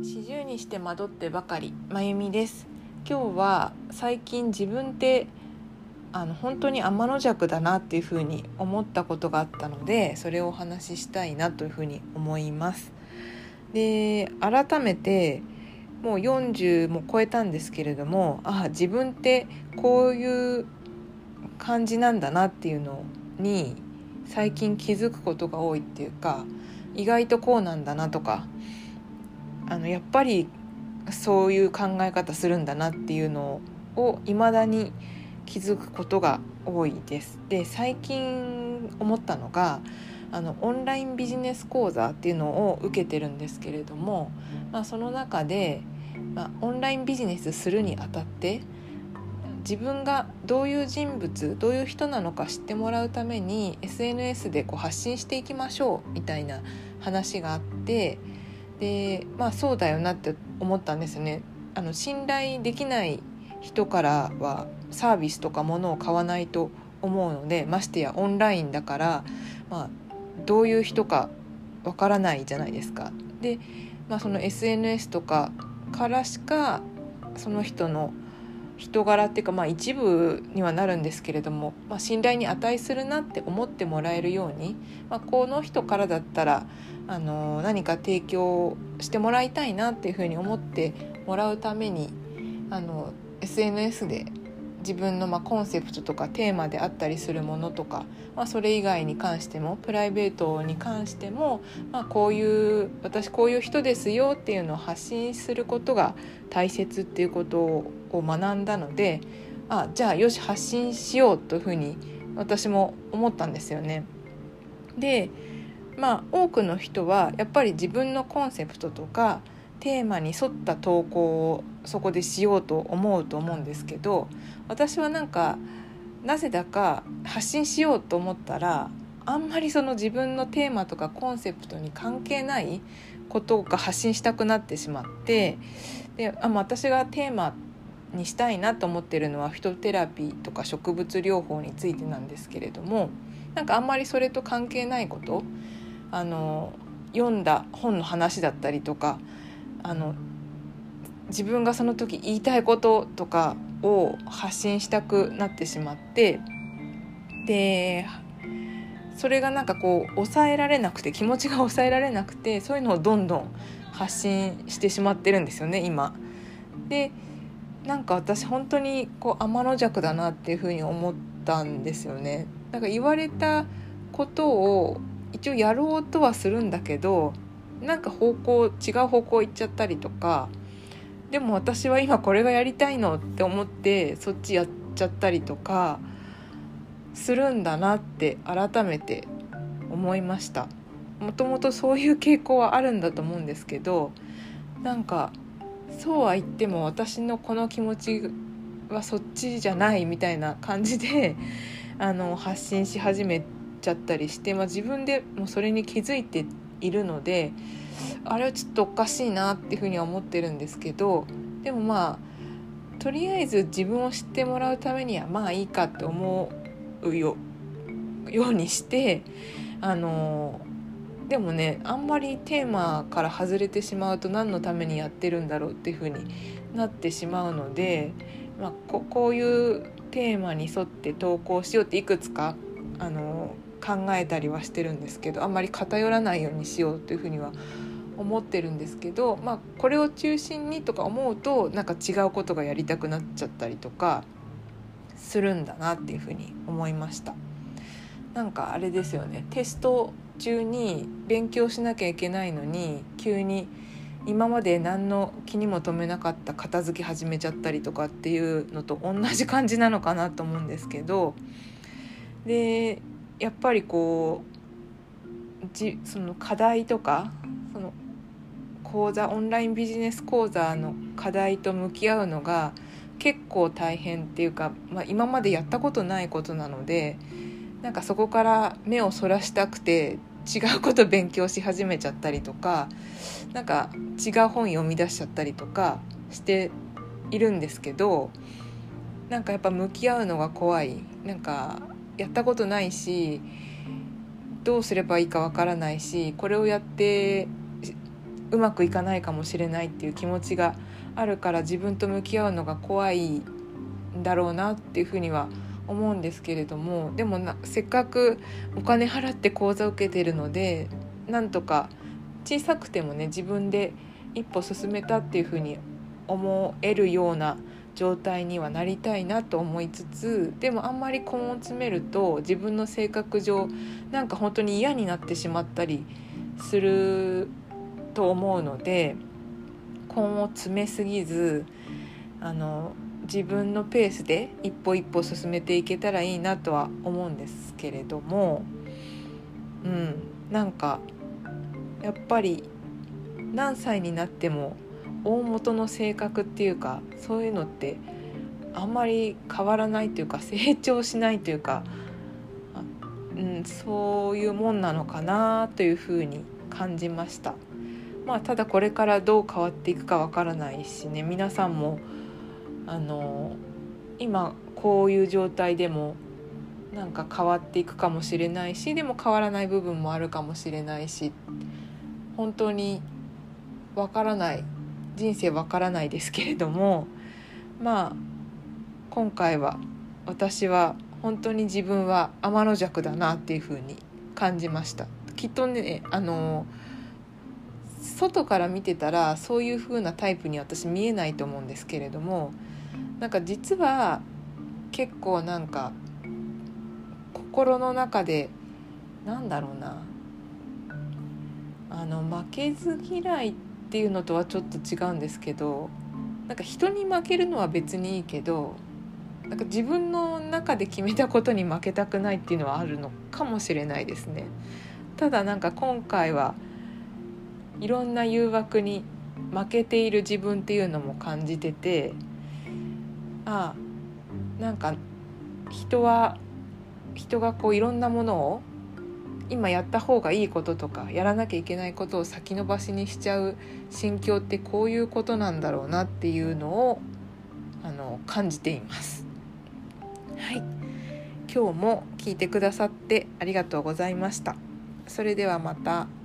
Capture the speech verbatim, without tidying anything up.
四十にして惑ってばかり、まゆみです。今日は最近自分ってあの本当に天の弱だなっていうふうに思ったことがあったので、それをお話ししたいなというふうに思います。で、改めてもうよんじゅうも超えたんですけれども、あ、自分ってこういう感じなんだなっていうのに最近気づくことが多いっていうか、意外とこうなんだなとか、あのやっぱりそういう考え方するんだなっていうのを未だに気づくことが多いです。で、最近思ったのがあのオンラインビジネス講座っていうのを受けてるんですけれども、まあ、その中で、まあ、オンラインビジネスするにあたって自分がどういう人物どういう人なのか知ってもらうために エスエヌエス でこう発信していきましょうみたいな話があって、で、まあそうだよなって思ったんですね。あの信頼できない人からはサービスとか物を買わないと思うので、ましてやオンラインだから、まあ、どういう人かわからないじゃないですか。で、まあ、その エスエヌエス とかからしかその人の人柄っていうか、まあ、一部にはなるんですけれども、まあ、信頼に値するなって思ってもらえるように、まあ、この人からだったらあの何か提供してもらいたいなっていうふうに思ってもらうためにあの エスエヌエス で自分のまあコンセプトとかテーマであったりするものとか、まあ、それ以外に関してもプライベートに関しても、まあ、こういう私こういう人ですよっていうのを発信することが大切っていうことを学んだので、あ、じゃあよし発信しようというふうに私も思ったんですよね。で、まあ多くの人はやっぱり自分のコンセプトとかテーマに沿った投稿をそこでしようと思うと思うんですけど、私はなんかなぜだか発信しようと思ったらあんまりその自分のテーマとかコンセプトに関係ないことが発信したくなってしまって、で、あ、まあ、私がテーマにしたいなと思ってるのはフィトテラピーとか植物療法についてなんですけれども、なんかあんまりそれと関係ないこと、あの読んだ本の話だったりとか、あの自分がその時言いたいこととかを発信したくなってしまって、でそれがなんかこう抑えられなくて気持ちが抑えられなくて、そういうのをどんどん発信してしまってるんですよね今で。なんか私本当にこう天の弱だなっていうふうに思ったんですよね。なんか言われたことを一応やろうとはするんだけど、なんか方向違う方向行っちゃったりとか、でも私は今これがやりたいのって思ってそっちやっちゃったりとかするんだなって改めて思いました。もともとそういう傾向はあるんだと思うんですけど、なんかそうは言っても私のこの気持ちはそっちじゃないみたいな感じであの発信し始めちゃったりして、まあ、自分でもそれに気づいているので、あれはちょっとおかしいなっていうふうには思ってるんですけど、でもまあとりあえず自分を知ってもらうためにはまあいいかって思う よ, ようにしてあのでもね、あんまりテーマから外れてしまうと何のためにやってるんだろうっていう風になってしまうので、まあ、こ, こういうテーマに沿って投稿しようっていくつかあの考えたりはしてるんですけど、あんまり偏らないようにしようっていう風には思ってるんですけど、まあ、これを中心にとか思うとなんか違うことがやりたくなっちゃったりとかするんだなっていう風に思いました。なんかあれですよね、テスト中に勉強しなきゃいけないのに急に今まで何の気にも留めなかった片付け始めちゃったりとかっていうのと同じ感じなのかなと思うんですけど、でやっぱりこうじその課題とかその講座オンラインビジネス講座の課題と向き合うのが結構大変っていうか、まあ、今までやったことないことなので、なんかそこから目をそらしたくて違うこと勉強し始めちゃったりとか、なんか違う本読み出しちゃったりとかしているんですけど、なんかやっぱ向き合うのが怖い。なんかやったことないしどうすればいいかわからないし、これをやってうまくいかないかもしれないっていう気持ちがあるから自分と向き合うのが怖いんだろうなっていうふうには思うんですけれども、でもなせっかくお金払って講座を受けてるので、なんとか小さくてもね自分で一歩進めたっていうふうに思えるような状態にはなりたいなと思いつつ、でもあんまり根を詰めると自分の性格上なんか本当に嫌になってしまったりすると思うので、根を詰めすぎずあの自分のペースで一歩一歩進めていけたらいいなとは思うんですけれども、うんなんかやっぱり何歳になっても大元の性格っていうかそういうのってあんまり変わらないというか成長しないというか、うん、そういうもんなのかなというふうに感じました。まあただこれからどう変わっていくかわからないしね、皆さんもあの今こういう状態でもなんか変わっていくかもしれないし、でも変わらない部分もあるかもしれないし、本当にわからない、人生わからないですけれども、まあ今回は私は本当に自分は天の弱だなっていう風に感じました。きっとねあの外から見てたらそういう風なタイプに私見えないと思うんですけれども、なんか実は結構なんか心の中でなんだろうなあの負けず嫌いっていうのとはちょっと違うんですけど、なんか人に負けるのは別にいいけど、なんか自分の中で決めたことに負けたくないっていうのはあるのかもしれないですね。ただなんか今回はいろんな誘惑に負けている自分っていうのも感じてて、ああなんか人は人がこういろんなものを今やった方がいいこととかやらなきゃいけないことを先延ばしにしちゃう心境ってこういうことなんだろうなっていうのをあの感じています。はい、今日も聞いてくださってありがとうございました。それではまた。